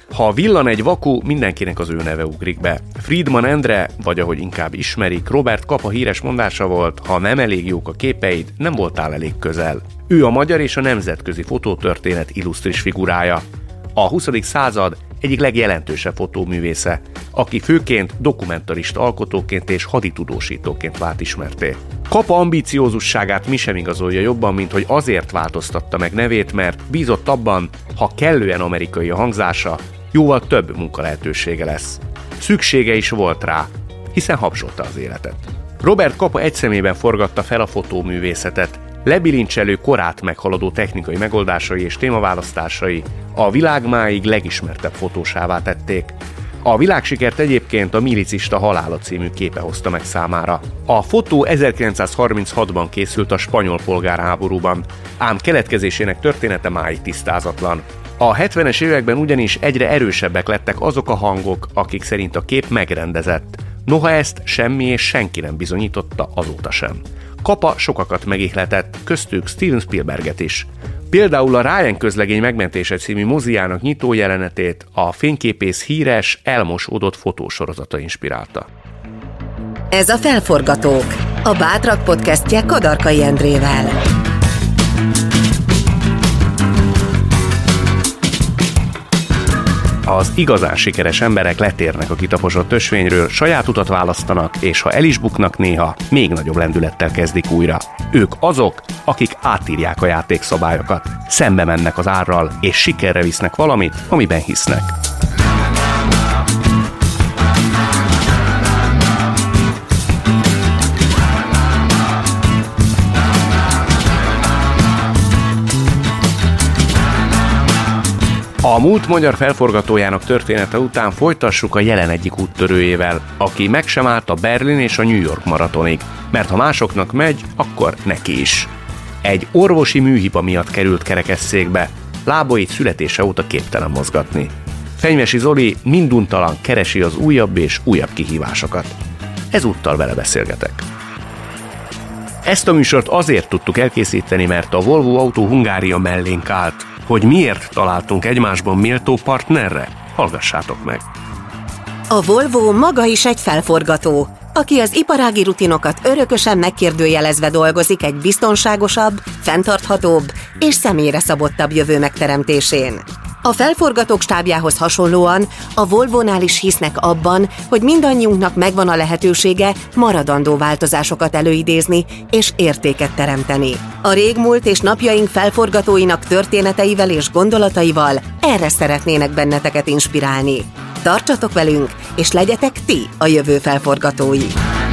Ha villan egy vaku, mindenkinek az ő neve ugrik be. Friedman Endre, vagy ahogy inkább ismerik, Robert Capa híres mondása volt, ha nem elég jók a képeid, nem voltál elég közel. Ő a magyar és a nemzetközi fotótörténet illusztris figurája. A 20. század egyik legjelentősebb fotóművésze, aki főként dokumentarista alkotóként és haditudósítóként vált ismertté. Capa ambiciózusságát mi sem igazolja jobban, mint hogy azért változtatta meg nevét, mert bízott abban, ha kellően amerikai a hangzása, jóval több munkalehetősége lesz. Szüksége is volt rá, hiszen habzsolta az életet. Robert Capa egy szemében forgatta fel a fotóművészetet, lebilincselő korát meghaladó technikai megoldásai és témaválasztásai a világ máig legismertebb fotósává tették. A világsikert egyébként a Milicista halála című képe hozta meg számára. A fotó 1936-ban készült a spanyol polgárháborúban, ám keletkezésének története máig tisztázatlan. A 70-es években ugyanis egyre erősebbek lettek azok a hangok, akik szerint a kép megrendezett. Noha ezt semmi és senki nem bizonyította azóta sem. Capa sokakat megihletett, köztük Steven Spielberget is. Például a Ryan közlegény megmentése című moziának nyitó jelenetét a fényképész híres, elmosódott fotósorozata inspirálta. Ez a Felforgatók, a Bátrak podcastje Kadarkai Endrével. Az igazán sikeres emberek letérnek a kitaposott ösvényről, saját utat választanak, és ha el is buknak néha, még nagyobb lendülettel kezdik újra. Ők azok, akik átírják a játékszabályokat, szembe mennek az árral, és sikerre visznek valamit, amiben hisznek. A múlt magyar felforgatójának története után folytassuk a jelen egyik úttörőjével, aki meg sem állt a Berlin és a New York maratonig, mert ha másoknak megy, akkor neki is. Egy orvosi műhiba miatt került kerekesszékbe, lábait születése óta képtelen mozgatni. Fenyvesi Zoli minduntalan keresi az újabb és újabb kihívásokat. Ezúttal vele beszélgetek. Ezt a műsort azért tudtuk elkészíteni, mert a Volvo Autó Hungária mellénk állt. Hogy miért találtunk egymásban méltó partnerre? Hallgassátok meg! A Volvo maga is egy felforgató, aki az iparági rutinokat örökösen megkérdőjelezve dolgozik egy biztonságosabb, fenntarthatóbb és személyre szabottabb jövő megteremtésén. A felforgatók stábjához hasonlóan a Volvónál is hisznek abban, hogy mindannyiunknak megvan a lehetősége maradandó változásokat előidézni és értéket teremteni. A régmúlt és napjaink felforgatóinak történeteivel és gondolataival erre szeretnének benneteket inspirálni. Tartsatok velünk, és legyetek ti a jövő felforgatói!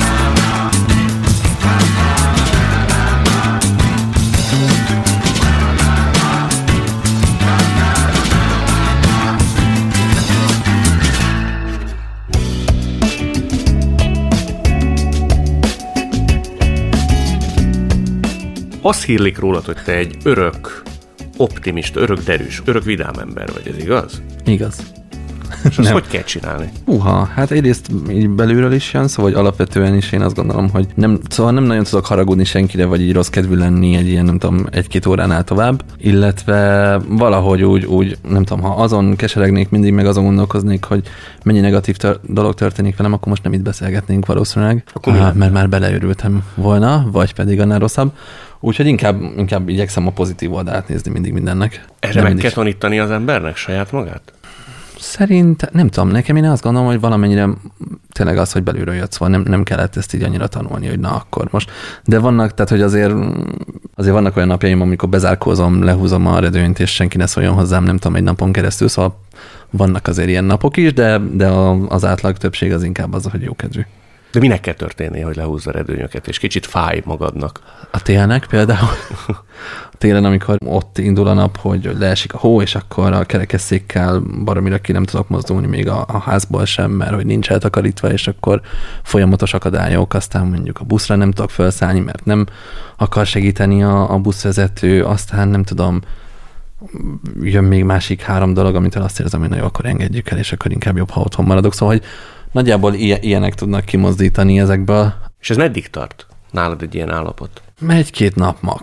Azt hírlik rólad, hogy te egy örök optimista, örök derűs, örök vidám ember vagy, ez igaz? Igaz. És azt hogy kell csinálni? Hát egyrészt így belülről is jön, szóval alapvetően is én azt gondolom, hogy nem nagyon tudok haragudni senkire, vagy így rossz kedvű lenni egy ilyen, nem tudom, 1-2 óránál tovább, illetve valahogy úgy nem tudom, ha azon keseregnék mindig, meg azon gondolkoznék, hogy mennyi negatív dolog történik velem, akkor most nem itt beszélgetnénk valószínűleg, mert már beleőrültem volna, vagy pedig annál rosszabb. Úgyhogy inkább igyekszem a pozitív oldalát nézni mindig mindennek. Erre meg kell tanítani az embernek saját magát? Szerint, nem tudom, nekem én azt gondolom, hogy valamennyire tényleg az, hogy belülről jött, szóval nem kellett ezt így annyira tanulni, hogy na akkor most. De vannak, tehát hogy azért vannak olyan napjaim, amikor bezárkózom, lehúzom a redőnyt, és senki ne szóljon hozzám, nem tudom, egy napon keresztül, szóval vannak azért ilyen napok is, de az átlag többség az inkább az, hogy jókedvű. De minek kell történnie, hogy lehúzz a redőnyöket, és kicsit fáj magadnak? A télnek például. A télen, amikor ott indul a nap, hogy leesik a hó, és akkor a kerekesszékkel baromira ki nem tudok mozdulni még a házból sem, mert hogy nincs eltakarítva, és akkor folyamatos akadályok, aztán mondjuk a buszra nem tudok felszállni, mert nem akar segíteni a buszvezető, aztán nem tudom, jön még másik 3 dolog, amitől azt érzem, hogy na jó, akkor engedjük el, és akkor inkább jobb, ha otthon maradok. Szóval, hogy nagyjából ilyenek tudnak kimozdítani ezekből. És ez meddig tart nálad egy ilyen állapot? 1-2 nap max.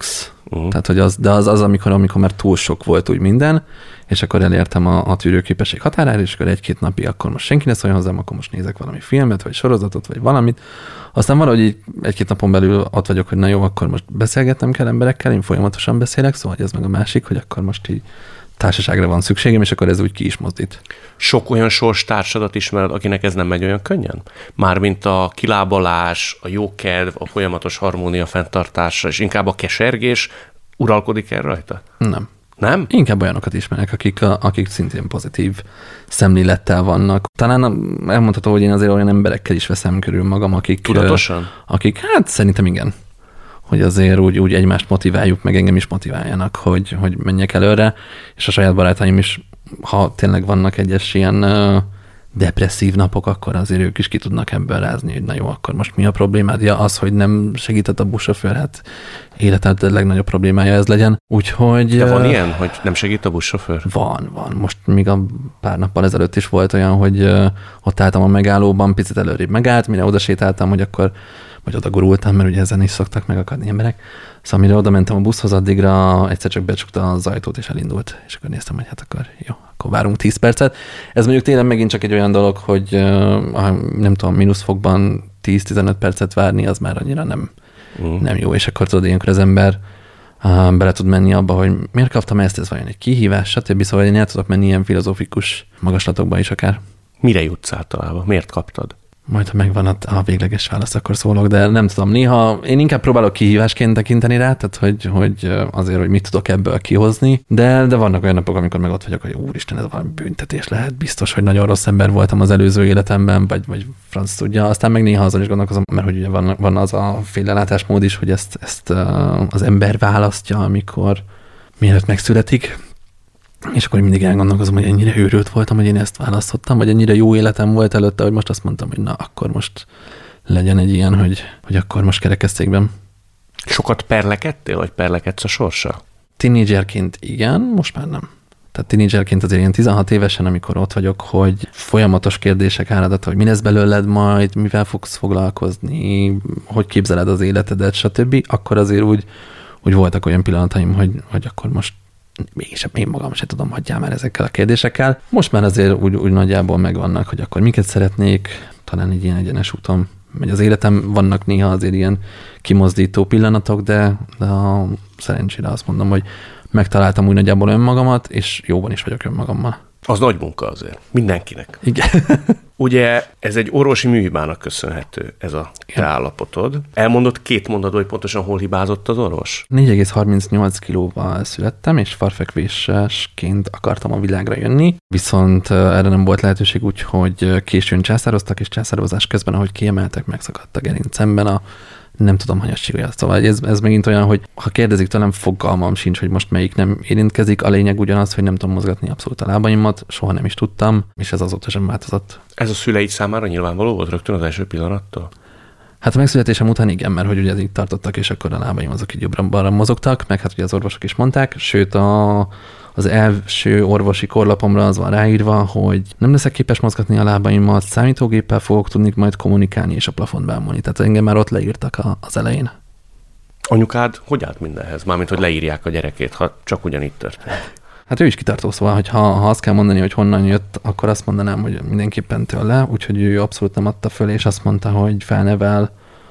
Tehát, hogy az amikor már túl sok volt úgy minden, és akkor elértem a tűrőképesség határára, és akkor 1-2 napig akkor most senki ne szóljon hozzám, akkor most nézek valami filmet, vagy sorozatot, vagy valamit. Aztán valahogy így 1-2 napon belül ott vagyok, hogy na jó, akkor most beszélgetnem kell emberekkel, én folyamatosan beszélek, szóval ez meg a másik, hogy akkor most így társaságra van szükségem, és akkor ez úgy ki is mozdít. Sok olyan sorstársadat ismered, akinek ez nem megy olyan könnyen? Mármint a kilábalás, a jó kedv, a folyamatos harmónia fenntartása, és inkább a kesergés uralkodik el rajta? Nem. Nem? Inkább olyanokat ismerek, akik szintén pozitív szemlélettel vannak. Talán elmondható, hogy én azért olyan emberekkel is veszem körül magam, akik... Tudatosan? Akik, hát szerintem igen. Hogy azért úgy egymást motiváljuk, meg engem is motiváljanak, hogy menjek előre, és a saját barátaim is, ha tényleg vannak egyes ilyen depresszív napok, akkor azért ők is ki tudnak ebből rázni, hogy na jó, akkor most mi a problémád? Ja, az, hogy nem segített a buszsofőr, hát életed legnagyobb problémája ez legyen. Úgyhogy... De van ilyen, hogy nem segít a buszsofőr? Van. Most még a pár nappal ezelőtt is volt olyan, hogy ott álltam a megállóban, picit előrébb megállt, mire oda sétáltam, hogy akkor vagy oda gurultam, mert ugye ezen is szoktak megakadni emberek. Szóval mire oda mentem a buszhoz, addigra egyszer csak becsukta az ajtót, és elindult. És akkor néztem, hogy hát akkor jó, akkor várunk 10 percet. Ez mondjuk tényleg megint csak egy olyan dolog, hogy nem tudom, mínuszfokban 10-15 percet várni, az már annyira nem jó. És akkor tudod, ilyenkor az ember bele tud menni abba, hogy miért kaptam ezt, ez vajon egy kihívás, stb. Szóval én el tudok menni ilyen filozófikus magaslatokba is akár. Mire jutsz általában? Miért kaptad? Majd, ha megvan a végleges válasz, akkor szólok, de nem tudom, néha én inkább próbálok kihívásként tekinteni rá, tehát hogy azért, hogy mit tudok ebből kihozni, de vannak olyan napok, amikor meg ott vagyok, hogy úristen, ez valami büntetés lehet, biztos, hogy nagyon rossz ember voltam az előző életemben, vagy franc tudja. Aztán meg néha azon is gondolkozom, mert hogy ugye van az a félrelátásmód is, hogy ezt az ember választja, amikor mielőtt megszületik. És akkor mindig elgondolkozom, hogy ennyire őrült voltam, hogy én ezt választottam, vagy ennyire jó életem volt előtte, hogy most azt mondtam, hogy na, akkor most legyen egy ilyen, hogy akkor most kerekesszékben. Sokat perlekedtél, vagy perlekedsz a sorsa? Tínédzserként igen, most már nem. Tehát tínédzserként azért ilyen 16 évesen, amikor ott vagyok, hogy folyamatos kérdések áradat, hogy mi lesz belőled majd, mivel fogsz foglalkozni, hogy képzeled az életedet, stb. Akkor azért úgy voltak olyan pillanataim, hogy akkor most mégsem én magam sem tudom, hagyjál már ezekkel a kérdésekkel. Most már azért úgy nagyjából megvannak, hogy akkor miket szeretnék, talán egy ilyen egyenes úton megy az életem. Vannak néha azért ilyen kimozdító pillanatok, de szerencsére azt mondom, hogy megtaláltam úgy nagyjából önmagamat, és jóban is vagyok önmagammal. Az nagy munka azért. Mindenkinek. Igen. Ugye ez egy orvosi műhibának köszönhető, ez a te állapotod. Elmondott 2 mondatban, hogy pontosan hol hibázott az orvos? 4,38 kilóval születtem, és farfekvésesként akartam a világra jönni, viszont erre nem volt lehetőség, úgyhogy későn császároztak, és császározás közben, ahogy kiemeltek, megszakadt a gerincemben a nem tudom, hanyas. Szóval ez megint olyan, hogy ha kérdezik tőlem, fogalmam sincs, hogy most melyik nem érintkezik. A lényeg ugyanaz, hogy nem tudom mozgatni abszolút a lábaimat, soha nem is tudtam, és ez azóta sem változott. Ez a szüleid számára nyilvánvaló volt rögtön az első pillanattól? Hát a megszületésem után igen, mert hogy ugye így tartottak, és akkor a lábaim azok így jobbra-balra mozogtak, meg hát ugye az orvosok is mondták, sőt az első orvosi korlapomra az van ráírva, hogy nem leszek képes mozgatni a lábaimat, számítógéppel fogok tudni majd kommunikálni és a plafont beámolni. Tehát engem már ott leírtak az elején. Anyukád hogy állt mindenhez? Mármint, hogy leírják a gyerekét, ha csak ugyanígy történt. Hát ő is kitartó, szóval, hogy ha azt kell mondani, hogy honnan jött, akkor azt mondanám, hogy mindenképpen tőle, úgyhogy ő abszolút nem adta föl, és azt mondta, hogy felnevel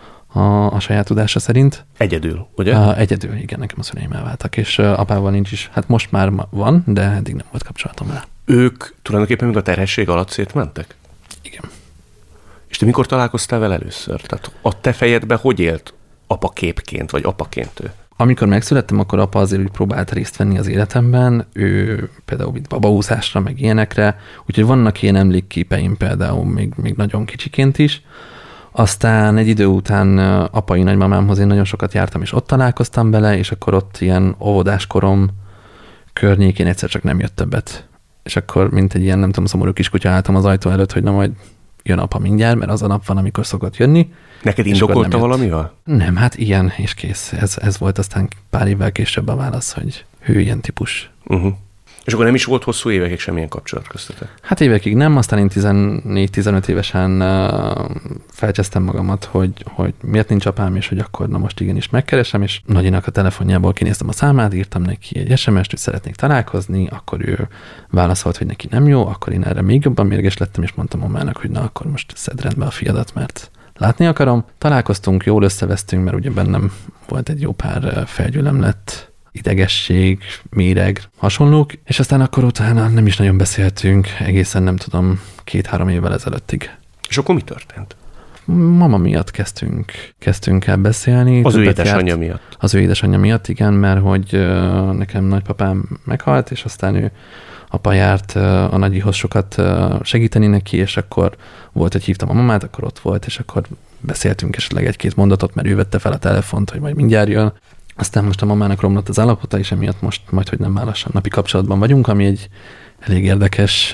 a saját tudása szerint. Egyedül, ugye? Egyedül, igen, nekem a szüleim elváltak, és apával nincs is. Hát most már van, de eddig nem volt kapcsolatom rá. Ők tulajdonképpen még a terhesség alatt szétmentek? Igen. És te mikor találkoztál vele először? Tehát a te fejedben hogy élt apaképként, vagy apaként ő? Amikor megszülettem, akkor apa azért úgy próbált részt venni az életemben, ő például vitt babaúszásra, meg ilyenekre, úgyhogy vannak ilyen emlékképeim például még nagyon kicsiként is. Aztán egy idő után apai nagymamámhoz én nagyon sokat jártam, és ott találkoztam bele, és akkor ott ilyen óvodáskorom környékén egyszer csak nem jött többet. És akkor, mint egy ilyen, nem tudom, szomorú kiskutya álltam az ajtó előtt, hogy na majd jön apa mindjárt, mert az a nap van, amikor szokott jönni. Neked indokolta valamivel? Nem, hát ilyen, és kész. Ez volt aztán pár évvel később a válasz, hogy ő ilyen típus. És akkor nem is volt hosszú évekig semmilyen kapcsolat köztetek? Hát évekig nem, aztán én 14-15 évesen felcsesztem magamat, hogy miért nincs apám, és hogy akkor na most igenis megkeresem, és Nagyinak a telefonjából kinéztem a számát, írtam neki egy SMS-t, hogy szeretnék találkozni, akkor ő válaszolt, hogy neki nem jó, akkor én erre még jobban mérges lettem, és mondtam mamának, hogy na akkor most szedd rendbe a fiadat, mert látni akarom. Találkoztunk, jól összevesztünk, mert ugye bennem volt egy jó pár felgyülemlett, idegesség, méreg, hasonlók, és aztán akkor utána nem is nagyon beszéltünk, egészen nem tudom, 2-3 évvel ezelőttig. És akkor mi történt? Mama miatt kezdtünk el beszélni. Az ő édesanyja miatt? Az ő édesanyja miatt, igen, mert hogy nekem nagypapám meghalt, és aztán ő apa járt a nagyihoz sokat segíteni neki, és akkor volt, hogy hívtam a mamát, akkor ott volt, és akkor beszéltünk esetleg egy-két mondatot, mert ő vette fel a telefont, hogy majd mindjárt jön. Aztán most a mamának romlott az állapota, és emiatt most majd, hogy nem már lassan napi kapcsolatban vagyunk, ami egy elég érdekes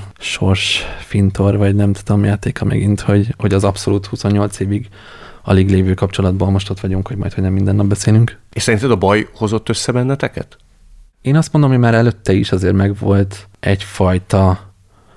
sorsfintor, vagy nem tudom, játéka megint, hogy az abszolút 28 évig alig lévő kapcsolatban most ott vagyunk, hogy majd, hogy nem minden nap beszélünk. És szerinted a baj hozott össze benneteket? Én azt mondom, hogy már előtte is azért megvolt egyfajta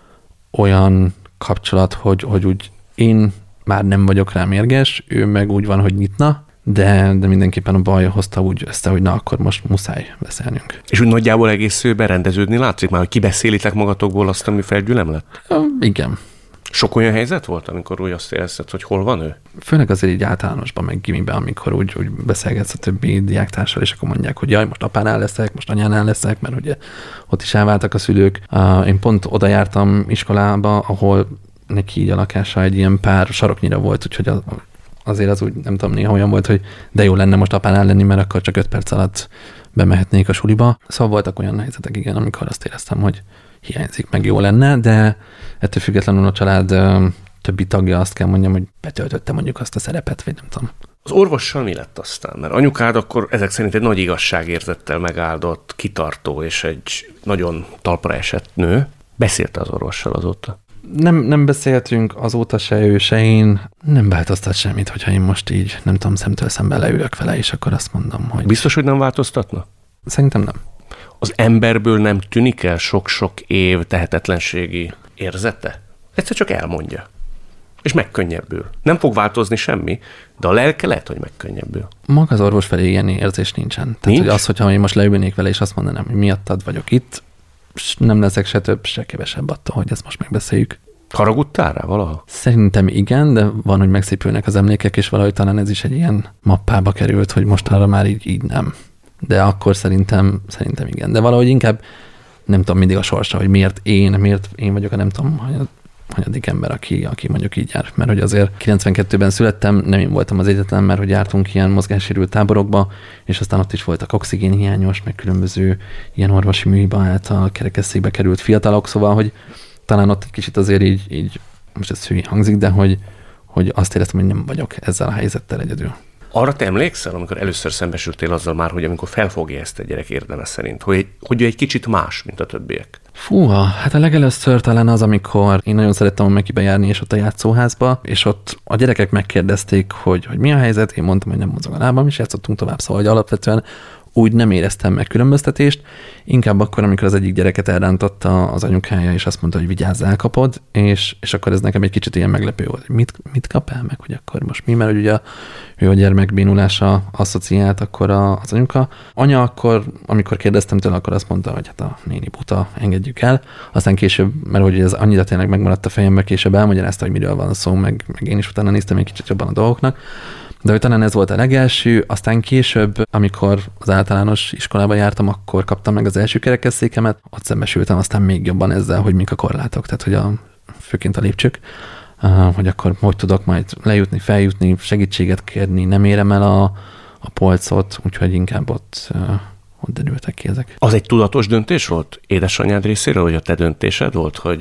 olyan kapcsolat, hogy úgy én már nem vagyok rá mérges, ő meg úgy van, hogy nyitna, de mindenképpen a baj hozta úgy össze, hogy na, akkor most muszáj beszélnünk. És úgy nagyjából egész berendeződni látszik már, hogy kibeszélitek magatokból azt, ami felgyülem lett? Igen. Sok olyan helyzet volt, amikor úgy azt érzed, hogy hol van ő? Főleg azért így általánosban, meg gimiben, amikor úgy beszélgetsz a többi diáktársal, és akkor mondják, hogy jaj, most apánál leszek, most anyánál leszek, mert ugye ott is elváltak a szülők. Én pont oda jártam iskolába, ahol neki így a lakása egy ilyen pár saroknyira volt, úgyhogy azért az úgy, nem tudom, néha olyan volt, hogy de jó lenne most apánál lenni, mert akkor csak 5 perc alatt bemehetnék a suliba. Szóval voltak olyan helyzetek, igen, amikor azt éreztem, hogy hiányzik, meg jó lenne, de ettől függetlenül a család többi tagja, azt kell mondjam, hogy betöltötte mondjuk azt a szerepet, vagy nem tudom. Az orvossal mi lett aztán? Mert anyukád akkor ezek szerint egy nagy igazságérzettel megáldott, kitartó és egy nagyon talpra esett nő. Beszélte az orvossal azóta? Nem beszéltünk azóta se ő, se én. Nem változtat semmit, hogyha én most így, nem tudom, szemtől szemben leülök vele, és akkor azt mondom, hogy... Biztos, hogy nem változtatna? Szerintem nem. Az emberből nem tűnik el sok-sok év tehetetlenségi érzete? Egyszer csak elmondja. És megkönnyebbül. Nem fog változni semmi, de a lelke lehet, hogy megkönnyebbül. Maga az orvos felé ilyen érzés nincsen. Tehát, hogy az, hogyha én most leülnék vele, és azt mondanám, hogy miattad vagyok itt, nem leszek se több, se kevesebb attól, hogy ezt most megbeszéljük. Haragudtál rá valaha? Szerintem igen, de van, hogy megszépülnek az emlékek, és valahogy talán ez is egy ilyen mappába került, hogy most arra már így nem. De akkor szerintem igen. De valahogy inkább nem tudom mindig a sorsa, hogy miért én vagyok a nem tudom, hanyadik ember, aki mondjuk így jár. Mert hogy azért 92-ben születtem, nem én voltam az egyetlen, mert hogy jártunk ilyen mozgássérült táborokba, és aztán ott is voltak oxigénhiányos, meg különböző ilyen orvosi műhiba által kerekesszékbe került fiatalok, szóval, hogy talán ott egy kicsit azért így most ez hülye hangzik, de hogy azt éreztem, hogy nem vagyok ezzel a helyzettel egyedül. Arra te emlékszel, amikor először szembesültél azzal már, hogy amikor felfogja ezt a gyerek érdeme szerint, hogy ő egy kicsit más, mint a többiek? Fúha, hát a legelőször talán az, amikor én nagyon szerettem a Mekibe járni, és ott a játszóházba, és ott a gyerekek megkérdezték, hogy mi a helyzet, én mondtam, hogy nem mozog a lábam, és játszottunk tovább, szóval hogy alapvetően úgy nem éreztem meg különböztetést, inkább akkor, amikor az egyik gyereket elrántotta az anyukája, és azt mondta, hogy vigyázz, elkapod, és akkor ez nekem egy kicsit ilyen meglepő volt, hogy mit kap el meg, hogy akkor most mi, mert ugye ő a gyermekbénulása asszociált akkor az anyuka. Anya akkor, amikor kérdeztem tőle, akkor azt mondta, hogy hát a néni buta, engedjük el. Aztán később, mert hogy ez annyira tényleg megmaradt a fejembe, később elmagyarázta, hogy miről van szó, meg én is utána néztem egy kicsit jobban a dolgoknak. De hogy talán ez volt a legelső, aztán később, amikor az általános iskolába jártam, akkor kaptam meg az első kerekesszékemet, ott szembesültem aztán még jobban ezzel, hogy mik a korlátok, tehát hogy főként a lépcsők, hogy akkor hogy tudok majd lejutni, feljutni, segítséget kérni, nem érem el a polcot, úgyhogy inkább ott derültek ki ezek. Az egy tudatos döntés volt édesanyád részéről, vagy a te döntésed volt, hogy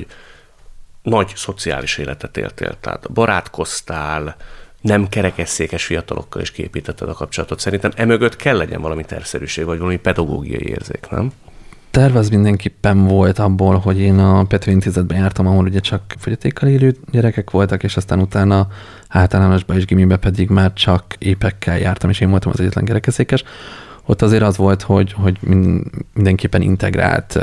nagy szociális életet éltél, tehát barátkoztál, nem kerekesszékes fiatalokkal is képítetted a kapcsolatot. Szerintem emögött kell legyen valami tervszerűség, vagy valami pedagógiai érzék, nem? Tervez mindenképpen volt abból, hogy én a Pető Intézetben jártam, ahol ugye csak fogyatékkal élő gyerekek voltak, és aztán utána általánosba és gimibe pedig már csak épekkel jártam, és én voltam az egyetlen kerekesszékes. Ott azért az volt, hogy mindenképpen integrált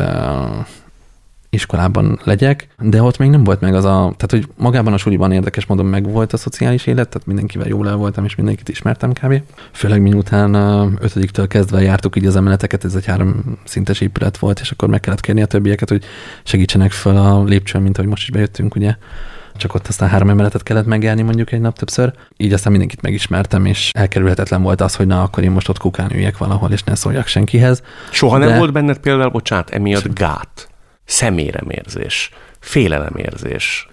iskolában legyek, de ott még nem volt meg tehát hogy magában a suliban érdekes módon meg volt a szociális élet, tehát mindenkivel jól el voltam, és mindenkit ismertem kb. Főleg miután 5-től kezdve jártuk így az emeleteket, ez egy 3 szintes épület volt, és akkor meg kellett kérni a többieket, hogy segítsenek föl a lépcsőn, mint ahogy most is bejöttünk, ugye. Csak ott aztán 3 emeletet kellett megjárni mondjuk egy nap többször. Így aztán mindenkit megismertem, és elkerülhetetlen volt az, hogy na, akkor én most ott kukán üljek valahol, és ne szóljak senkihez. Soha nem volt benned például, bocsánat, emiatt gát, szeméremérzés, félelemérzés?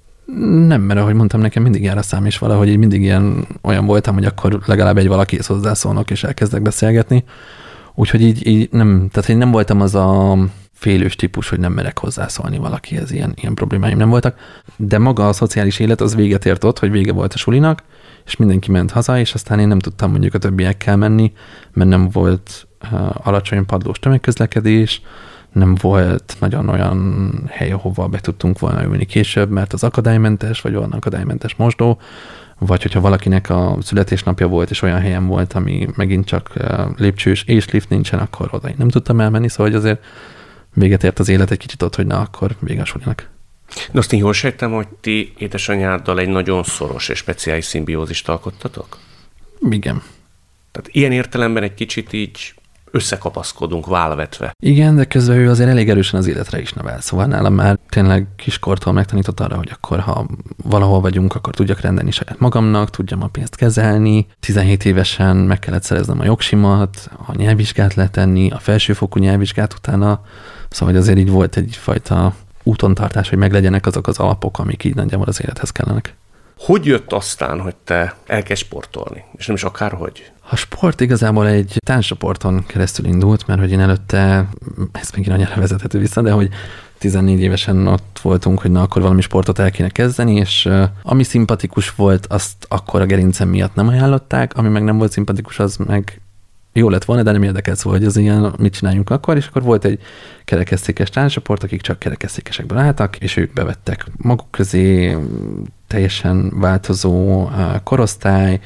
Nem, mert ahogy mondtam, nekem mindig jár a szám, és valahogy így mindig olyan voltam, hogy akkor legalább egy valakihez hozzászólnak, és elkezdek beszélgetni. Úgyhogy így nem, tehát én nem voltam az a félős típus, hogy nem merek hozzászólni valakihez, ilyen problémáim nem voltak. De maga a szociális élet az véget ért ott, hogy vége volt a sulinak, és mindenki ment haza, és aztán én nem tudtam mondjuk a többiekkel menni, mert nem volt alacsony padlós tömegközlekedés, nem volt nagyon olyan hely, ahova be tudtunk volna ülni később, mert az akadálymentes, vagy olyan akadálymentes mosdó, vagy hogyha valakinek a születésnapja volt, és olyan helyen volt, ami megint csak lépcsős és lift nincsen, akkor oda én nem tudtam elmenni, szóval hogy azért véget ért az élet egy kicsit ott, hogy na, akkor vége a sulinak. De azt én jól sejtem, hogy ti édesanyáddal egy nagyon szoros és speciális szimbiózist alkottatok? Igen. Tehát ilyen értelemben egy kicsit így összekapaszkodunk, válvetve. Igen, de közben ő azért elég erősen az életre is nevel. Szóval nálam már tényleg kiskortól megtanított arra, hogy akkor, ha valahol vagyunk, akkor tudjak rendelni saját magamnak, tudjam a pénzt kezelni. 17 évesen meg kellett szereznem a jogsimat, a nyelvvizsgát letenni, a felsőfokú nyelvvizsgát utána. Szóval azért így volt egyfajta útontartás, hogy meglegyenek azok az alapok, amik így nagyjából az élethez kellenek. Hogy jött aztán, hogy te elkezd sportolni? És nem is akárhogy? A sport igazából egy tánccsoporton keresztül indult, mert hogy én előtte, ez megint annyira vezethető vissza, de hogy 14 évesen ott voltunk, hogy na akkor valami sportot el kéne kezdeni, és ami szimpatikus volt, azt akkor a gerincem miatt nem ajánlották, ami meg nem volt szimpatikus, az meg jó lett volna, de nem érdekelt, szóval, hogy az ilyen, mit csináljunk akkor, és akkor volt egy kerekesszékes tánccsoport, akik csak kerekesszékesekből álltak, és ők bevettek maguk közé teljesen változó korosztály.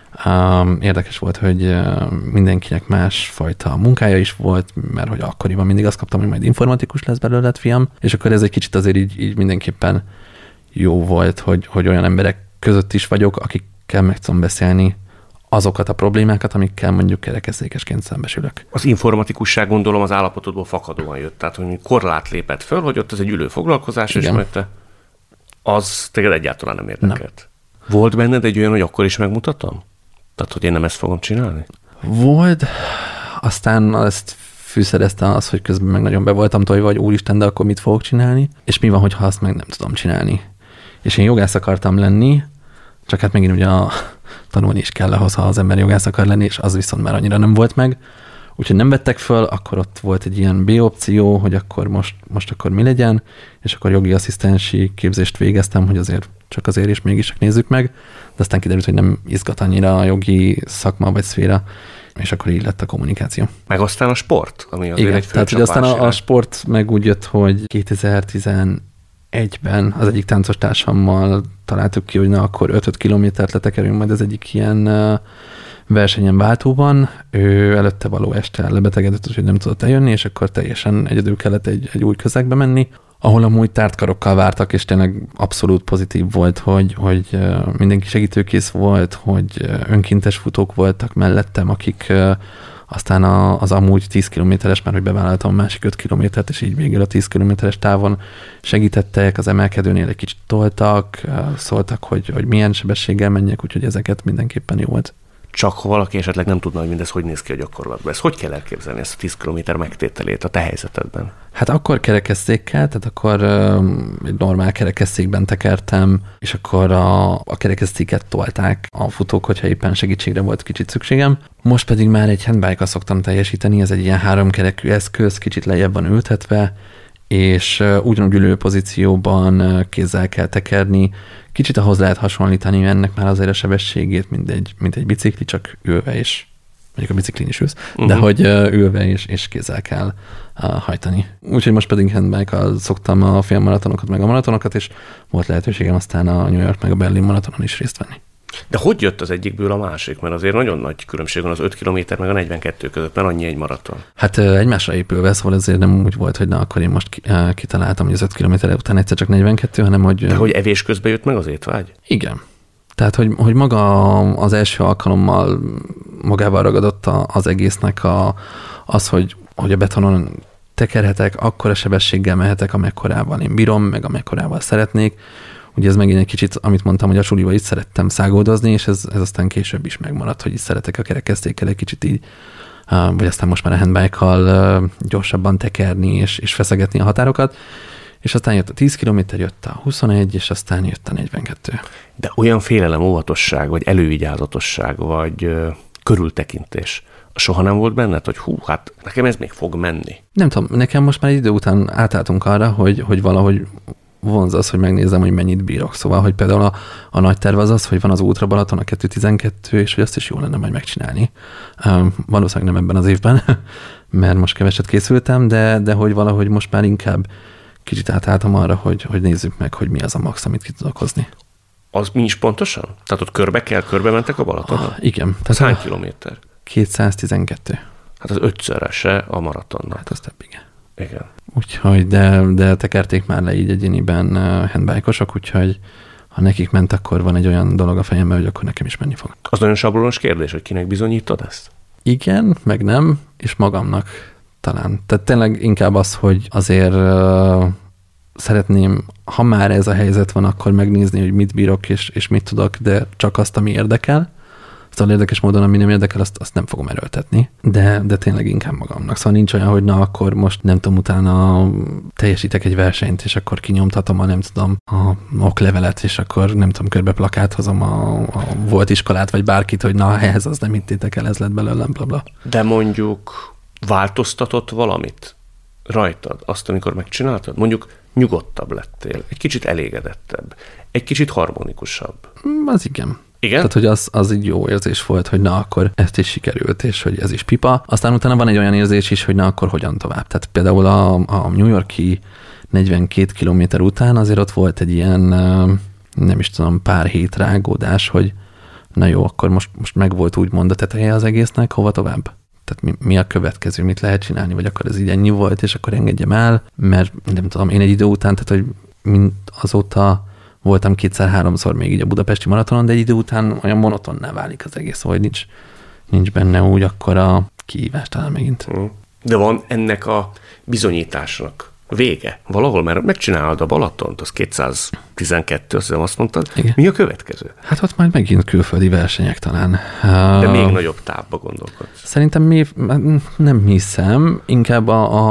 Érdekes volt, hogy mindenkinek másfajta munkája is volt, mert hogy akkoriban mindig azt kaptam, hogy majd informatikus lesz belőle fiam, és akkor ez egy kicsit azért így mindenképpen jó volt, hogy olyan emberek között is vagyok, akikkel meg tudom beszélni azokat a problémákat, amikkel mondjuk kerekesszékesként szembesülök. Az informatikusság gondolom az állapotodból fakadóan jött, tehát hogy korlát lépett föl, hogy ott ez egy ülő foglalkozás, igen. És majd te az téged egyáltalán nem érdekelt. Nem. Volt benned egy olyan, hogy akkor is megmutatom? Tehát, hogy én nem ezt fogom csinálni? Volt, aztán ezt fűszerezte az, hogy közben meg nagyon be voltam tojva, hogy úristen, de akkor mit fogok csinálni? És mi van, hogyha azt meg nem tudom csinálni? És én jogász akartam lenni, csak hát megint ugye tanulni is kell ahhoz, ha az ember jogász akar lenni, és az viszont már annyira nem volt meg. Úgyhogy nem vettek föl, akkor ott volt egy ilyen B opció, hogy akkor most akkor mi legyen, és akkor jogi asszisztensi képzést végeztem, hogy azért is mégis csak nézzük meg, de aztán kiderült, hogy nem izgat annyira a jogi szakma vagy szféra, és akkor így lett a kommunikáció. Meg aztán a sport, ami azért igen, egy tehát hogy aztán a sport meg úgy jött, hogy 2011-ben az egyik táncos társammal találtuk ki, hogy na akkor 5 kilométert letekerünk majd az egyik ilyen versenyen Váltóban. Ő előtte való este lebetegedett, hogy nem tudott eljönni, és akkor teljesen egyedül kellett egy új közegbe menni, ahol amúgy tárt karokkal vártak, és tényleg abszolút pozitív volt, hogy mindenki segítőkész volt, hogy önkéntes futók voltak mellettem, akik aztán az amúgy 10 kilométeres, mert hogy bevállaltam a másik 5 kilométert, és így végül a 10 kilométeres távon segítettek, az emelkedőnél egy kicsit toltak, szóltak, hogy milyen sebességgel menjek, úgyhogy ezeket mindenképpen jó volt. Csak ha valaki esetleg nem tudna, hogy mindez hogy néz ki a gyakorlatban. Ezt hogy kell elképzelni, ezt a 10 km megtételét a te helyzetedben? Hát akkor kerekesszékkel, tehát akkor egy normál kerekesszékben tekertem, és akkor a kerekesszéket tolták a futók, hogyha éppen segítségre volt kicsit szükségem. Most pedig már egy handbike-kal szoktam teljesíteni, ez egy ilyen 3 kerekű eszköz, kicsit lejjebb van ültetve, és ugyanúgy ülő pozícióban kézzel kell tekerni. Kicsit ahhoz lehet hasonlítani ennek már azért a sebességét, mint egy bicikli, csak ülve és, mondjuk a biciklin is ülsz, de hogy ülve és kézzel kell hajtani. Úgyhogy most pedig handbike-kal szoktam a félmaratonokat, meg a maratonokat, és volt lehetőségem aztán a New York meg a Berlin maratonon is részt venni. De hogy jött az egyikből a másik? Mert azért nagyon nagy különbség van az 5 kilométer meg a 42 között, mert annyi egy maraton. Hát egymásra épülve, szóval ezért nem úgy volt, hogy na, akkor én most kitaláltam, hogy az 5 kilométer után egyszer csak 42, hanem hogy... De hogy evés közben jött meg az étvágy? Igen. Tehát, hogy maga az első alkalommal magával ragadott az egésznek az, hogy a betonon tekerhetek, akkora sebességgel mehetek, amekkorával én bírom, meg amekkorával szeretnék. Ugye ez megint egy kicsit, amit mondtam, hogy a suliba itt szerettem szágoldozni, és ez aztán később is megmaradt, hogy itt szeretek a kerekesztékkel egy kicsit így, vagy aztán most már a handbike-kal gyorsabban tekerni és feszegetni a határokat. És aztán jött a 10 kilométer, jött a 21, és aztán jött a 42. De olyan félelem, óvatosság, vagy elővigyázatosság, vagy körültekintés soha nem volt benned, hogy hát nekem ez még fog menni? Nem tudom, nekem most már egy idő után átálltunk arra, hogy valahogy vonz az, hogy megnézem, hogy mennyit bírok. Szóval, hogy például a nagy terv az, hogy van az Ultra Balaton, a 2.12, és hogy azt is jó lenne majd megcsinálni. Valószínűleg nem ebben az évben, mert most keveset készültem, de hogy valahogy most már inkább kicsit átálltam arra, hogy nézzük meg, hogy mi az a max, amit ki tudok hozni. Az mi is pontosan? Tehát ott körbe mentek a Balatonon? Igen. Ez hány kilométer? 212. Hát az 5-szöröse a maratonnak. Hát az több, igen. Igen. Úgyhogy, de tekerték már le így egyéniben handbike-osok, úgyhogy ha nekik ment, akkor van egy olyan dolog a fejemben, hogy akkor nekem is menni fog. Az nagyon sablonos kérdés, hogy kinek bizonyítod ezt? Igen, meg nem, és magamnak talán. Tehát tényleg inkább az, hogy azért szeretném, ha már ez a helyzet van, akkor megnézni, hogy mit bírok és mit tudok, de csak azt, ami érdekel. Szóval érdekes módon, ami nem érdekel, azt nem fogom erőltetni, de tényleg inkább magamnak. Szóval nincs olyan, hogy na, akkor most nem tudom, utána teljesítek egy versenyt, és akkor kinyomtatom a oklevelet, és akkor nem tudom, körbe plakáthozom a volt iskolát, vagy bárkit, hogy na, ehhez az nem hittétek el, ez lett belőlem, blabla. De mondjuk változtatott valamit rajtad azt, amikor megcsináltad? Mondjuk nyugodtabb lettél, egy kicsit elégedettebb, egy kicsit harmonikusabb. Az igen. Igen? Tehát, hogy az így jó érzés volt, hogy na, akkor ezt is sikerült, és hogy ez is pipa. Aztán utána van egy olyan érzés is, hogy na, akkor hogyan tovább. Tehát például a New York-i 42 kilométer után azért ott volt egy ilyen, nem is tudom, pár hét rágódás, hogy na jó, akkor most meg volt úgymond a teteje az egésznek, hova tovább? Tehát mi a következő, mit lehet csinálni, vagy akkor ez így ennyi volt, és akkor engedjem el, mert nem tudom, én egy idő után, tehát hogy azóta voltam 2-3-szor még így a budapesti maratonon, de egy idő után olyan monotonná válik az egész, hogy nincs benne úgy akkor a kihívás talán megint. De van ennek a bizonyításnak vége valahol, mert megcsinálod a Balatont, az 212, azt hiszem azt mondtad. Igen. Mi a következő? Hát ott majd megint külföldi versenyek talán. De még nagyobb távba gondolkodsz. Szerintem nem hiszem, inkább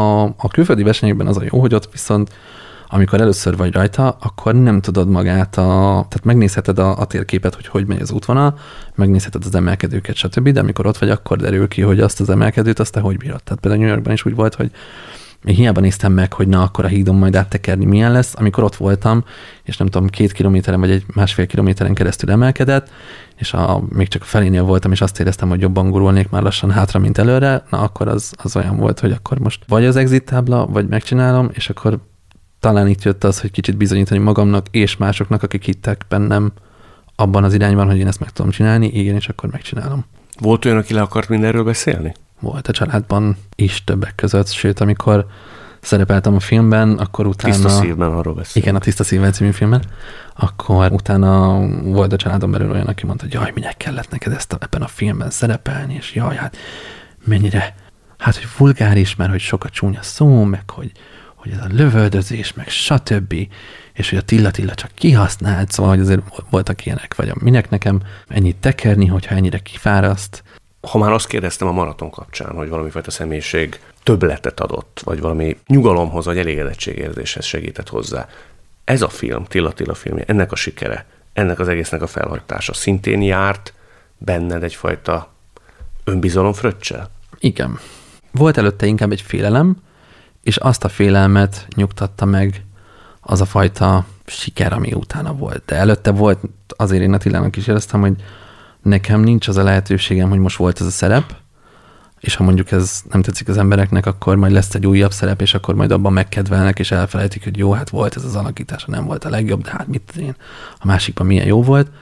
a külföldi versenyekben az a jó, hogy ott viszont amikor először vagy rajta, akkor nem tudod magát, tehát megnézheted a térképet, hogy megy az útvonal, megnézheted az emelkedőket, stb., de amikor ott vagy, akkor derül ki, hogy azt az emelkedőt, azt te hogy bírod. Tehát például New Yorkban is úgy volt, hogy én hiába néztem meg, hogy na, akkor a hídon majd áttekerni milyen lesz, amikor ott voltam, és nem tudom, 2 kilométeren vagy egy 1,5 kilométeren keresztül emelkedett, és még csak a felénél voltam, és azt éreztem, hogy jobban gurulnék már lassan hátra, mint előre, na akkor az olyan volt, hogy akkor most vagy az exit tábla, vagy megcsinálom, és akkor talán itt jött az, hogy kicsit bizonyítani magamnak és másoknak, akik hittek bennem abban az irányban, hogy én ezt meg tudom csinálni, igen, és akkor megcsinálom. Volt olyan, aki le akart mindenről beszélni? Volt a családban is többek között, sőt, amikor szerepeltem a filmben, akkor utána... Tiszta szívben arról beszél. Igen, a Tiszta szívben című filmben. Akkor utána volt a családon belül olyan, aki mondta, hogy jaj, minek kellett neked ebben a filmben szerepelni, és jaj, hát mennyire, hát hogy vulgáris, mert hogy sok a csúnya szó, meg hogy ez a lövöldözés, meg stb., és hogy a Tilla csak kihasznált, szóval, hogy azért voltak ilyenek, vagy minek nekem ennyit tekerni, hogyha ennyire kifáraszt. Ha már azt kérdeztem a maraton kapcsán, hogy valamifajta személyiség többletet adott, vagy valami nyugalomhoz, vagy elégedettségérzéshez segített hozzá. Ez a film, Tilla filmje, ennek a sikere, ennek az egésznek a felhajtása szintén járt benned egyfajta önbizalomfröccsel? Igen. Volt előtte inkább egy félelem, és azt a félelmet nyugtatta meg az a fajta siker, ami utána volt. De előtte volt, azért én Attilának is éreztem, hogy nekem nincs az a lehetőségem, hogy most volt ez a szerep, és ha mondjuk ez nem tetszik az embereknek, akkor majd lesz egy újabb szerep, és akkor majd abban megkedvelnek, és elfelejtik, hogy jó, hát volt ez az alakítása, nem volt a legjobb, de hát mit én, a másikban milyen jó volt,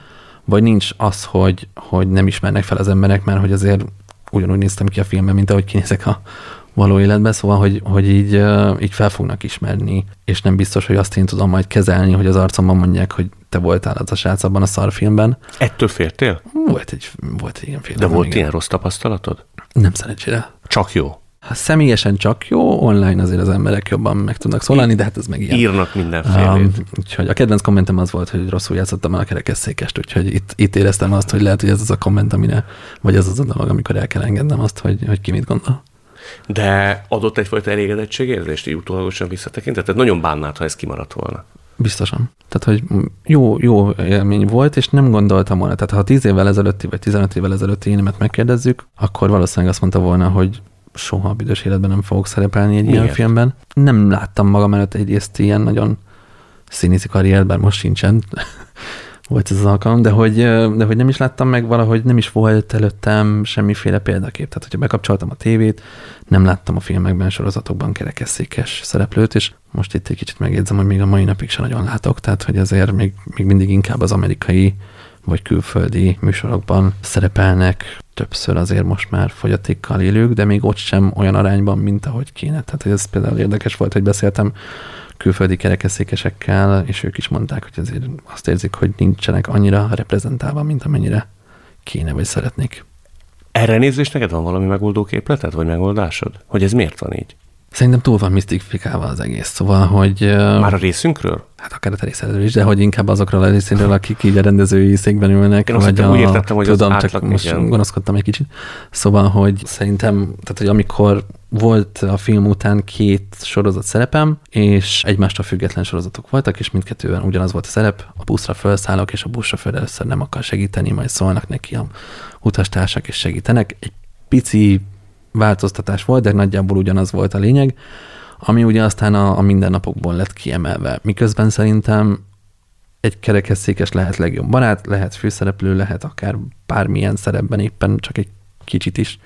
vagy nincs az, hogy nem ismernek fel az emberek, mert hogy azért ugyanúgy néztem ki a filmben, mint ahogy kinézek a való életben, szóval, hogy így fel fognak ismerni, és nem biztos, hogy azt én tudom majd kezelni, hogy az arcomban mondják, hogy te voltál az a srác abban a szarfilmben. Ettől féltél? Volt egy ilyen félelem. De volt ilyen rossz tapasztalatod? Nem szerencsére. Csak jó? Hát személyesen csak jó, online azért az emberek jobban meg tudnak szólalni, de hát ez meg ilyen. Írnak mindenfélét. Úgyhogy a kedvenc kommentem az volt, hogy rosszul játszottam el a kerekesszékest, úgyhogy itt éreztem azt, hogy lehet, hogy ez az a komment, amire, vagy ez az a dolog, amikor el kell engednem azt, hogy ki mit gondol. De adott egyfajta elégedettségérzést, így utólagosan visszatekintett? Tehát nagyon bánnád, ha ez kimaradt volna. Biztosan. Tehát, hogy jó élmény volt, és nem gondoltam volna. Tehát, ha 10 évvel ezelőtti, vagy 15 évvel ezelőtti énemet megkérdezzük, akkor valószínűleg azt mondta volna, hogy soha a büdös életben nem fogok szerepelni egy ilyen filmben. Nem láttam magam előtt egyrészt ilyen nagyon színészi karriert, bár most sincsen. Volt ez az alkalom, de hogy nem is láttam meg, valahogy nem is volt előttem semmiféle példakép. Tehát, hogyha bekapcsoltam a tévét, nem láttam a filmekben, sorozatokban kerekesszékes szereplőt, és most itt egy kicsit megjegyzem, hogy még a mai napig sem nagyon látok, tehát, hogy azért még mindig inkább az amerikai vagy külföldi műsorokban szerepelnek többször azért most már fogyatékkal élők, de még ott sem olyan arányban, mint ahogy kéne. Tehát, hogy ez például érdekes volt, hogy beszéltem külföldi kerekesszékesekkel, és ők is mondták, hogy azért azt érzik, hogy nincsenek annyira reprezentálva, mint amennyire kéne, vagy szeretnék. Erre nézést neked van valami megoldó képleted, vagy megoldásod? Hogy ez miért van így? Szerintem túl van misztifikálva az egész, szóval, hogy... Már a részünkről? Hát akár a részedről is, de hogy inkább azokról a részéről, akik így a rendezői székben ülnek. Én azt úgy értettem, hogy tudom, az csak most gonoszkodtam egy kicsit. Szóval, hogy szerintem, tehát, hogy amikor volt a film után 2 sorozat szerepem, és egymástól független sorozatok voltak, és mindkettőben ugyanaz volt a szerep, a buszra felszállok, és a buszsofőr először nem akar segíteni, majd szólnak neki a utastársak, és segítenek. Egy pici változtatás volt, de nagyjából ugyanaz volt a lényeg, ami ugye aztán a mindennapokból lett kiemelve. Miközben szerintem egy kerekesszékes lehet legjobb barát, lehet főszereplő, lehet akár bármilyen szerepben éppen, csak egy kicsit is.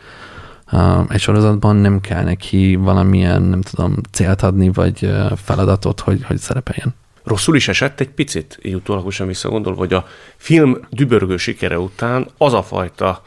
Egy sorozatban nem kell neki valamilyen, nem tudom, célt adni, vagy feladatot, hogy szerepeljen. Rosszul is esett egy picit, így utólagosan visszagondolva, hogy a film dübörgő sikere után az a fajta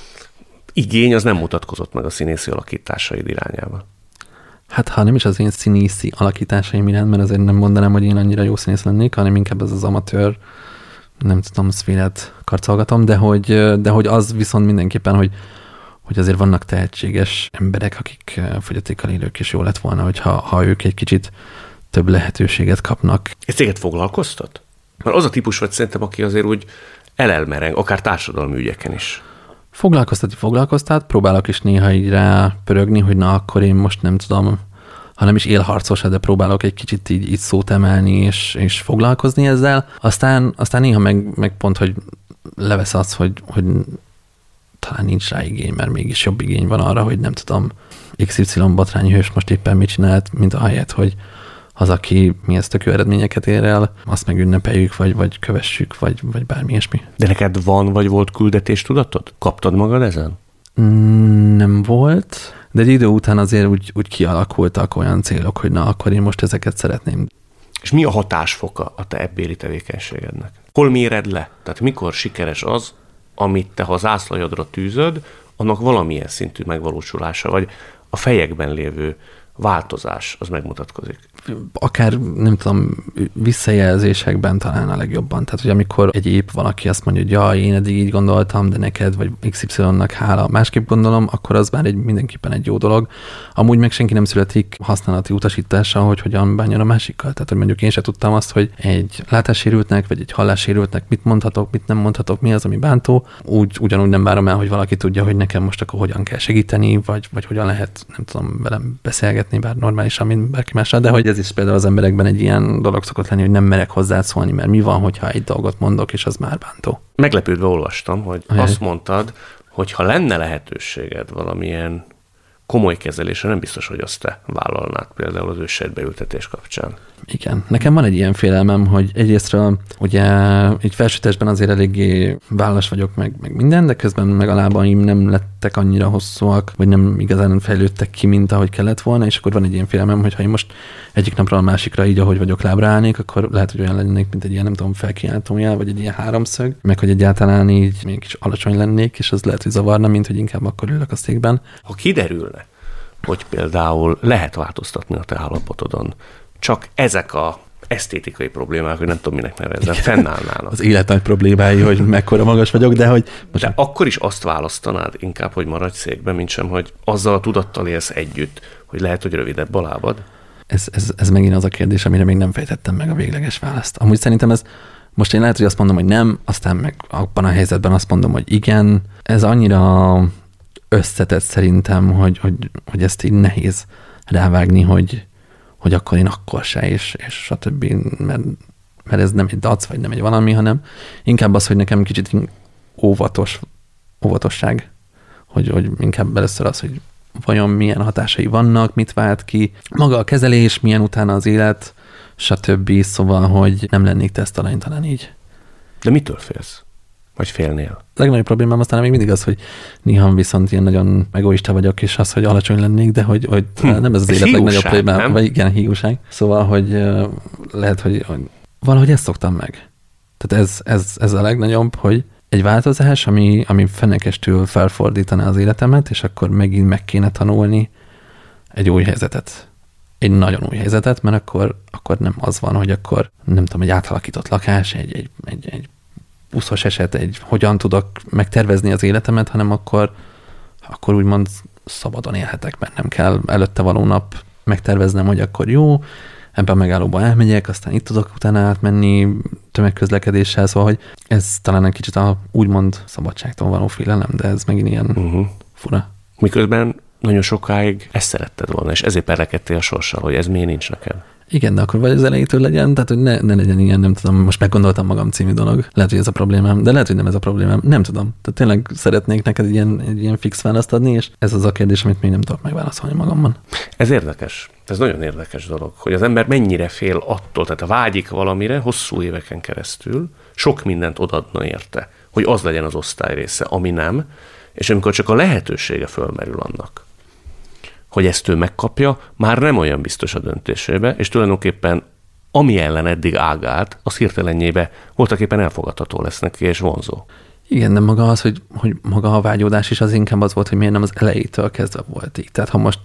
igény az nem mutatkozott meg a színészi alakításaid irányába. Hát ha nem is az én színészi alakításaim iránt, mert azért nem mondanám, hogy én annyira jó színész lennék, hanem inkább ez az amatőr, nem tudom, szférát karcolgatom, de hogy az viszont mindenképpen, hogy azért vannak tehetséges emberek, akik fogyatékkal élők, és jó lett volna, hogyha ők egy kicsit több lehetőséget kapnak. Ez téged foglalkoztat? Mert az a típus vagy szerintem, aki azért úgy elmereng, akár társadalmi ügyeken is. Foglalkoztat, próbálok is néha így rá pörögni, hogy na akkor én most nem tudom, ha nem is élharcos, de próbálok egy kicsit így szót emelni, és foglalkozni ezzel. Aztán néha meg pont, hogy levesz az, hogy talán nincs rá igény, mert mégis jobb igény van arra, hogy nem tudom, XY botrányi hős most éppen mit csinált, mint ahelyett, hogy az, aki milyen tökő eredményeket ér el, azt meg ünnepeljük, vagy kövessük, vagy bármi ilyesmi. De neked van, vagy volt küldetéstudatod? Kaptad magad ezen? Nem volt, de egy idő után azért úgy kialakultak olyan célok, hogy na, akkor én most ezeket szeretném. És mi a hatásfoka a te ebbéli tevékenységednek? Hol méred le? Tehát mikor sikeres az, amit te, ha zászlajodra tűzöd, annak valamilyen szintű megvalósulása, vagy a fejekben lévő változás, az megmutatkozik? Akár, nem tudom, visszajelzésekben talán a legjobban. Tehát, hogy amikor egy épp valaki azt mondja, hogy ja, én eddig így gondoltam, de neked, vagy XY-nak hála másképp gondolom, akkor az már mindenképpen egy jó dolog. Amúgy meg senki nem születik használati utasítással, hogy hogyan bánjon a másikkal. Tehát, hogy mondjuk én se tudtam azt, hogy egy látássérültnek, vagy egy hallássérültnek mit mondhatok, mit nem mondhatok, mi az, ami bántó. Ugyanúgy nem várom el, hogy valaki tudja, hogy nekem most akkor hogyan kell segíteni, vagy hogyan lehet, nem tudom, velem beszélgetni, bár normálisan, mint bárki mással, de hogy ez is például az emberekben egy ilyen dolog szokott lenni, hogy nem merek hozzászólni, mert mi van, hogyha egy dolgot mondok, és az már bántó. Meglepődve olvastam, hogy azt mondtad, hogy ha lenne lehetőséged valamilyen komoly kezelésre, nem biztos, hogy azt te vállalnád például az őssejtbeültetés kapcsán. Igen. Nekem van egy ilyen félelmem, hogy egyrésztről ugye így felsőtestben azért eléggé vállas vagyok, meg minden, de közben meg a lábaim nem lettek annyira hosszúak, vagy nem igazán fejlődtek ki, mint ahogy kellett volna, és akkor van egy ilyen félelmem, hogy ha én most egyik napról a másikra így, ahogy vagyok, lábra állnék, akkor lehet, hogy olyan lennék, mint egy ilyen, nem tudom, felkiáltójel, vagy egy ilyen háromszög, meg hogy egyáltalán így mégis alacsony lennék, és az lehet, hogy zavarna, mint hogy inkább akkor ülök a székben. Ha kiderülne, hogy például lehet változtatni a te állapotodon, csak ezek a esztétikai problémák, hogy nem tudom, minek nevezzem, fennállnának. Az élet nagy problémái, hogy mekkora magas vagyok, de hogy... Most de akkor is azt választanád inkább, hogy maradj székben, mint sem, hogy azzal a tudattal élsz együtt, hogy lehet, hogy rövidebb a lábad? Ez megint az a kérdés, amire még nem fejtettem meg a végleges választ. Amúgy szerintem ez, most én lehet, hogy azt mondom, hogy nem, aztán meg abban a helyzetben azt mondom, hogy igen. Ez annyira összetett szerintem, hogy ezt így nehéz rávágni, hogy akkor én akkor se, és stb. Mert ez nem egy dac, vagy nem egy valami, hanem inkább az, hogy nekem kicsit óvatosság, hogy inkább először az, hogy vajon milyen hatásai vannak, mit vált ki, maga a kezelés, milyen utána az élet, stb. Szóval, hogy nem lennék tesztalain talán így. De mitől félsz? Vagy félnél? A legnagyobb problémám aztán még mindig az, hogy néha viszont ilyen nagyon egoista vagyok, és az, hogy alacsony lennék, de hogy nem ez az élet legnagyobb problémám. Vagy igen, hiúság. Szóval, hogy lehet, hogy valahogy ezt szoktam meg. Tehát ez a legnagyobb, hogy egy változás, ami fenekestül felfordítaná az életemet, és akkor megint meg kéne tanulni egy új helyzetet. Egy nagyon új helyzetet, mert akkor nem az van, hogy akkor nem tudom, egy átalakított lakás, egy buszos eset, hogyan tudok megtervezni az életemet, hanem akkor úgymond szabadon élhetek, mert nem kell előtte való nap megterveznem, hogy akkor jó, ebben a megállóba elmegyek, aztán itt tudok utána átmenni tömegközlekedéssel, szóval, hogy ez talán egy kicsit a úgymond szabadságtól való félelem, de ez megint ilyen fura. Miközben nagyon sokáig ezt szeretted volna, és ezért perlekedtél a sorssal, hogy ez miért nincs neked. Igen, de akkor vagy az elejétől legyen, tehát hogy ne legyen ilyen, nem tudom, most meggondoltam magam című dolog. Lehet, hogy ez a problémám, de lehet, hogy nem ez a problémám. Nem tudom. Tehát tényleg szeretnék neked egy ilyen fix választ adni, és ez az a kérdés, amit még nem tudok megválaszolni magamban. Ez érdekes. Ez nagyon érdekes dolog, hogy az ember mennyire fél attól, tehát vágyik valamire hosszú éveken keresztül, sok mindent odaadna érte, hogy az legyen az osztály része, ami nem, és amikor csak a lehetősége fölmerül annak, hogy ezt ő megkapja, már nem olyan biztos a döntésébe, és tulajdonképpen ami ellen eddig ágált, az hirtelenjébe voltaképpen elfogadható lesz neki, és vonzó. Igen, de maga az, hogy maga a vágyódás is az inkább az volt, hogy miért nem az elejétől kezdve volt így. Tehát ha most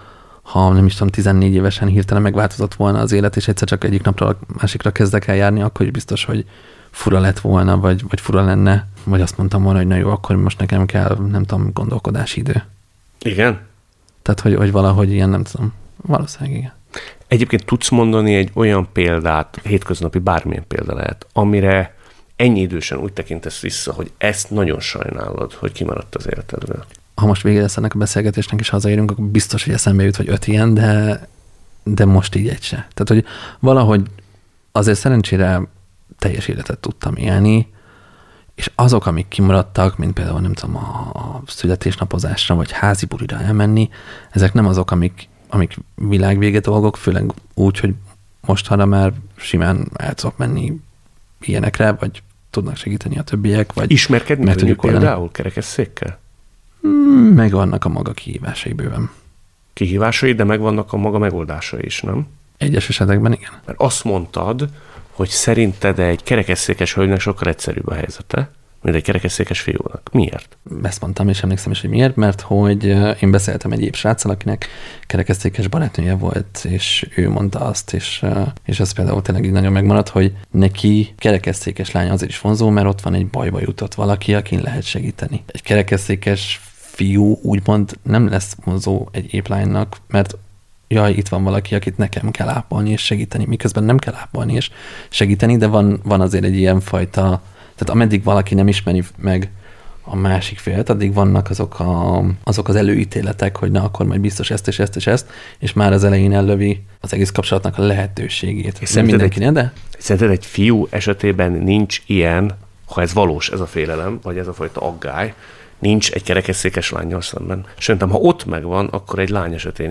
ha nem is tudom, 14 évesen hirtelen megváltozott volna az élet, és egyszer csak egyik napról a másikra kezdek el járni, akkor is biztos, hogy fura lett volna, vagy fura lenne, vagy azt mondtam volna, hogy na jó, akkor most nekem kell, nem tudom, gondolkodási idő. Igen? Tehát, hogy valahogy ilyen, nem tudom, valószínűleg igen. Egyébként tudsz mondani egy olyan példát, hétköznapi bármilyen példa lehet, amire ennyi idősen úgy tekintesz vissza, hogy ezt nagyon sajnálod, hogy kimaradt az életedből? Ha most vége lesz ennek a beszélgetésnek, és hazaérünk, akkor biztos, hogy eszembe jut, vagy 5 ilyen, de most így egy se. Tehát, hogy valahogy azért szerencsére teljes életet tudtam élni, és azok, amik kimaradtak, mint például, nem tudom, a születésnapozásra, vagy házi bulira elmenni, ezek nem azok, amik világvége dolgok, főleg úgy, hogy mostanra már simán el tudok menni ilyenekre, vagy tudnak segíteni a többiek, vagy ismerkedni tudjuk például kerekesszékkel? Megvannak a maga kihívásai bőven. Kihívásai, de megvannak a maga megoldásai is, nem? Egyes esetekben igen. Mert azt mondtad, hogy szerinted egy kerekesszékes hölgynek sokkal egyszerűbb a helyzete, mint egy kerekesszékes fiúnak. Miért? Ezt mondtam, és emlékszem is, hogy miért, mert hogy én beszéltem egy épp sráccal, akinek kerekesszékes barátnője volt, és ő mondta azt, és ez például tényleg így nagyon megmaradt, hogy neki kerekesszékes lány azért is vonzó, mert ott van egy bajba jutott valaki, akin lehet segíteni. Egy kerekesszékes fiú úgymond nem lesz vonzó egy épp lánynak, mert jaj, itt van valaki, akit nekem kell ápolni és segíteni, miközben nem kell ápolni és segíteni, de van azért egy ilyen fajta, tehát ameddig valaki nem ismeri meg a másik félt, addig vannak azok az előítéletek, hogy na, akkor majd biztos ezt és ezt és ezt, és már az elején ellövi az egész kapcsolatnak a lehetőségét. Nem mindenkinél, de? Szerinted egy fiú esetében nincs ilyen, ha ez valós, ez a félelem, vagy ez a fajta aggály, nincs egy kerekesszékes lánnyal szemben. Szerintem, ha ott megvan, akkor egy lány esetén is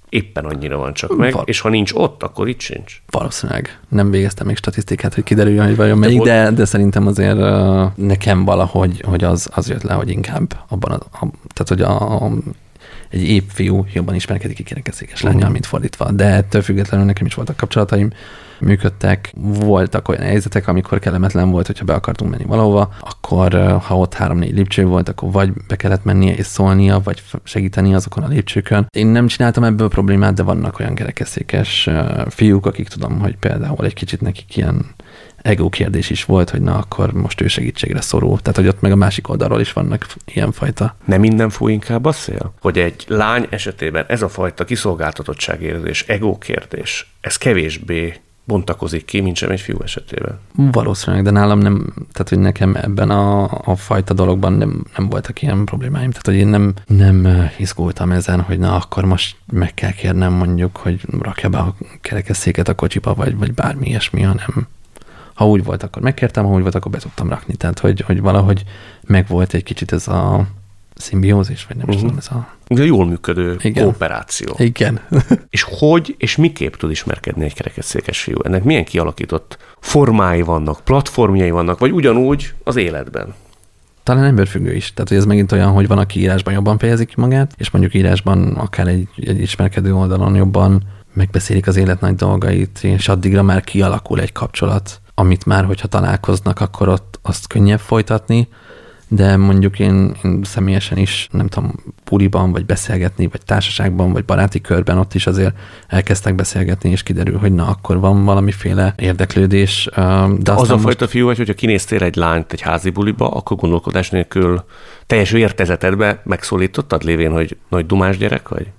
éppen annyira van csak meg, és ha nincs ott, akkor itt sincs. Valószínűleg. Nem végeztem még statisztikát, hogy kiderüljön, hogy vajon melyik, de szerintem azért nekem valahogy hogy az jött le, hogy inkább abban tehát, hogy egy épp fiú jobban ismerkedik kikerekesszékes lánnyal, mint fordítva. De ettől függetlenül nekem is voltak kapcsolataim, működtek, voltak olyan helyzetek, amikor kellemetlen volt, hogyha be akartunk menni valahova, akkor ha ott 3-4 lépcső volt, akkor vagy be kellett mennie és szólnia, vagy segíteni azokon a lépcsőkön. Én nem csináltam ebből problémát, de vannak olyan kerekesszékes fiúk, akik tudom, hogy például egy kicsit nekik ilyen ego kérdés is volt, hogy na, akkor most ő segítségre szorul. Tehát, hogy ott meg a másik oldalról is vannak ilyenfajta. Nem minden fú inkább a szél? Hogy egy lány esetében ez a fajta kiszolgáltatottságérzés, ego kérdés, ez kevésbé bontakozik ki, mint sem egy fiú esetében. Valószínűleg, de nálam nem, tehát hogy nekem ebben a fajta dologban nem voltak ilyen problémáim. Tehát, hogy én nem izgultam ezen, hogy na, akkor most meg kell kérnem mondjuk, hogy rakja be a kerekesszéket a kocsiba, vagy bármi ilyesmi, hanem ha úgy volt, akkor megkértem, ha úgy volt, akkor be tudtam rakni. Tehát, hogy valahogy megvolt egy kicsit ez a szimbiózis, vagy nem is tudom, ez a... De jól működő kooperáció. Igen. És hogy és miképp tud ismerkedni egy kerekesszékes fiú? Ennek milyen kialakított formái vannak, platformjai vannak, vagy ugyanúgy az életben? Talán emberfüggő is. Tehát, hogy ez megint olyan, hogy van, aki írásban jobban fejezik ki magát, és mondjuk írásban akár egy ismerkedő oldalon jobban megbeszélik az élet nagy dolgait, és addigra már kialakul egy kapcsolat, amit már, hogyha találkoznak, akkor ott azt könnyebb folytatni, de mondjuk én személyesen is, nem tudom, puliban, vagy beszélgetni, vagy társaságban, vagy baráti körben ott is azért elkezdtek beszélgetni, és kiderül, hogy na, akkor van valamiféle érdeklődés. De az a fajta fiú vagy, hogyha kinéztél egy lányt egy házi buliba, akkor gondolkodás nélkül teljes értezetedbe megszólítottad lévén, hogy nagy dumás gyerek vagy?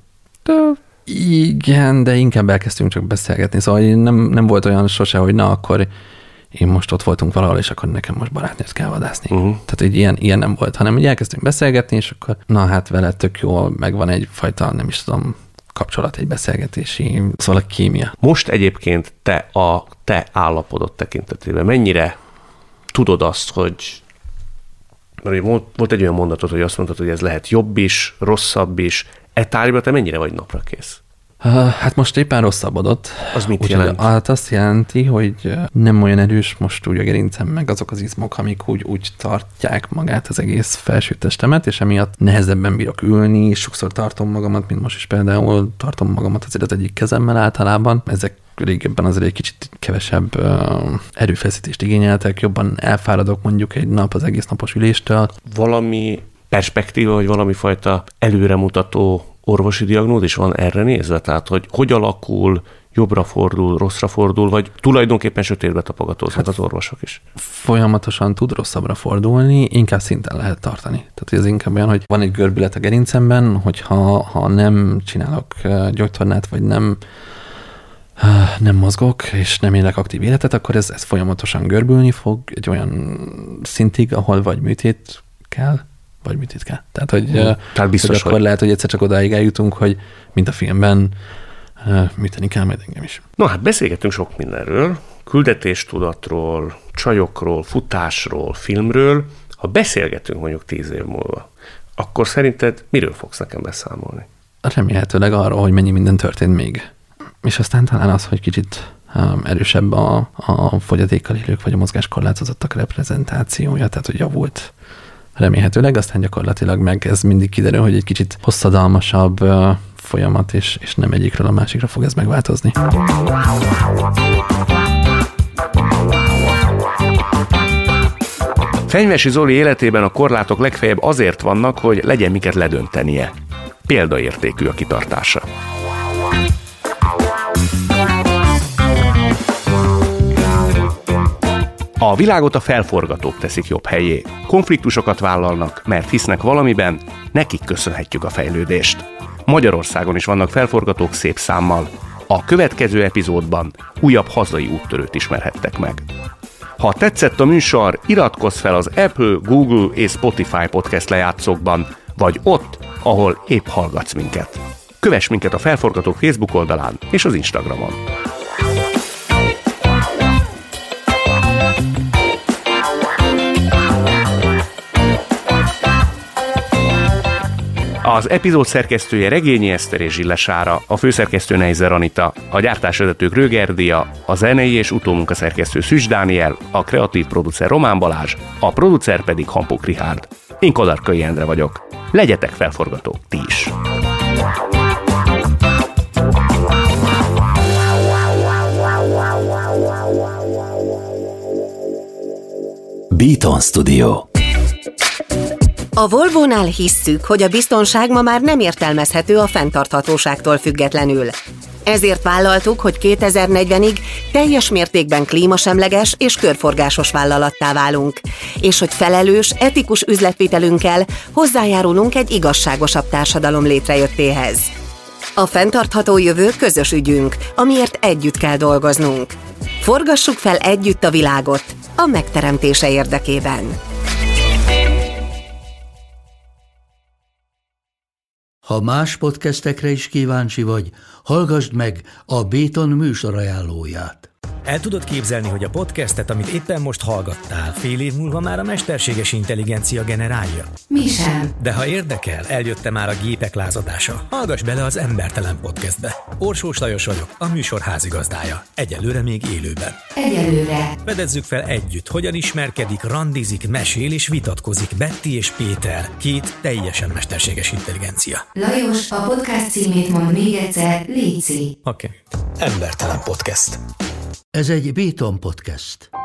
Igen, de inkább elkezdtünk csak beszélgetni, szóval nem volt olyan sose, hogy na, akkor én most ott voltunk valahol, és akkor nekem most barátnőt kell vadászni. Tehát egy ilyen nem volt, hanem hogy elkezdtünk beszélgetni, és akkor na hát vele tök jól megvan egyfajta, nem is tudom, kapcsolat, egy beszélgetési, szóval a kémia. Most egyébként te állapodott tekintetében mennyire tudod azt, hogy mert volt egy olyan mondatod, hogy azt mondtad, hogy ez lehet jobb is, rosszabb is, tárgyban te mennyire vagy naprakész? Hát most éppen rosszabbodott. Az mit jelent? Hát azt jelenti, hogy nem olyan erős most úgy a gerincem, meg azok az izmok, amik úgy tartják magát az egész felső testemet, és emiatt nehezebben bírok ülni, sokszor tartom magamat, mint most is például tartom magamat azért az egyik kezemmel általában. Ezek régebben azért egy kicsit kevesebb erőfeszítést igényeltek, jobban elfáradok mondjuk egy nap az egész napos üléstől. Valami perspektíva, vagy valami fajta előremutató orvosi diagnózis van erre nézve? Tehát, hogy alakul, jobbra fordul, rosszra fordul, vagy tulajdonképpen sötétbe tapogatóznak az orvosok is? Folyamatosan tud rosszabbra fordulni, inkább szinten lehet tartani. Tehát ez inkább olyan, hogy van egy görbület a gerincemben, hogyha nem csinálok gyógytornát, vagy nem mozgok, és nem élek aktív életet, akkor ez folyamatosan görbülni fog egy olyan szintig, ahol vagy műtét kell, vagy műtét kell. Tehát, hogy, biztos, hogy akkor lehet, hogy egyszer csak odáig eljutunk, hogy mint a filmben műteni kell majd engem is. No, hát beszélgettünk sok mindenről, küldetéstudatról, csajokról, futásról, filmről. Ha beszélgetünk mondjuk 10 év múlva, akkor szerinted miről fogsz nekem beszámolni? Remélhetőleg arról, hogy mennyi minden történt még. És aztán talán az, hogy kicsit erősebb a fogyatékkal élők vagy a mozgáskorlátozottak reprezentációja, tehát hogy javult remélhetőleg, aztán gyakorlatilag meg ez mindig kiderül, hogy egy kicsit hosszadalmasabb folyamat, és nem egyikről a másikra fog ez megváltozni. Fenyvesi Zoli életében a korlátok legfeljebb azért vannak, hogy legyen miket ledöntenie. Példaértékű a kitartása. A világot a felforgatók teszik jobb helyé. Konfliktusokat vállalnak, mert hisznek valamiben, nekik köszönhetjük a fejlődést. Magyarországon is vannak felforgatók szép számmal. A következő epizódban újabb hazai úttörőt ismerhettek meg. Ha tetszett a műsor, iratkozz fel az Apple, Google és Spotify podcast lejátszókban, vagy ott, ahol épp hallgatsz minket. Kövess minket a Felforgatók Facebook oldalán és az Instagramon. Az epizód szerkesztője Regényi Eszter és Zsille Sára, a főszerkesztő Neizer Anita, a gyártásvezető Kröger Dia, a zenei és utómunkaszerkesztő Szűcs Dániel, a kreatív producer Román Balázs, a producer pedig Hampuk Richárd. Én Kadarkai Endre vagyok. Legyetek felforgatók ti is! Beaton Studio. A Volvónál hisszük, hogy a biztonság ma már nem értelmezhető a fenntarthatóságtól függetlenül. Ezért vállaltuk, hogy 2040-ig teljes mértékben klímasemleges és körforgásos vállalattá válunk, és hogy felelős, etikus üzletvitelünkkel hozzájárulunk egy igazságosabb társadalom létrejöttéhez. A fenntartható jövő közös ügyünk, amiért együtt kell dolgoznunk. Forgassuk fel együtt a világot a megteremtése érdekében. Ha más podcastekre is kíváncsi vagy, hallgassd meg a Beaton műsorajánlóját. El tudod képzelni, hogy a podcastet, amit éppen most hallgattál, fél év múlva már a mesterséges intelligencia generálja? Mi sem. De ha érdekel, eljött már a gépek lázadása. Hallgass bele az Embertelen Podcastbe. Orsós Lajos vagyok, a műsor házigazdája. Egyelőre még élőben. Egyelőre. Fedezzük fel együtt, hogyan ismerkedik, randizik, mesél és vitatkozik Betty és Péter, két teljesen mesterséges intelligencia. Lajos, a podcast címét mond még egyszer, léci. Oké. Embertelen Podcast. Ez egy Beaton Podcast.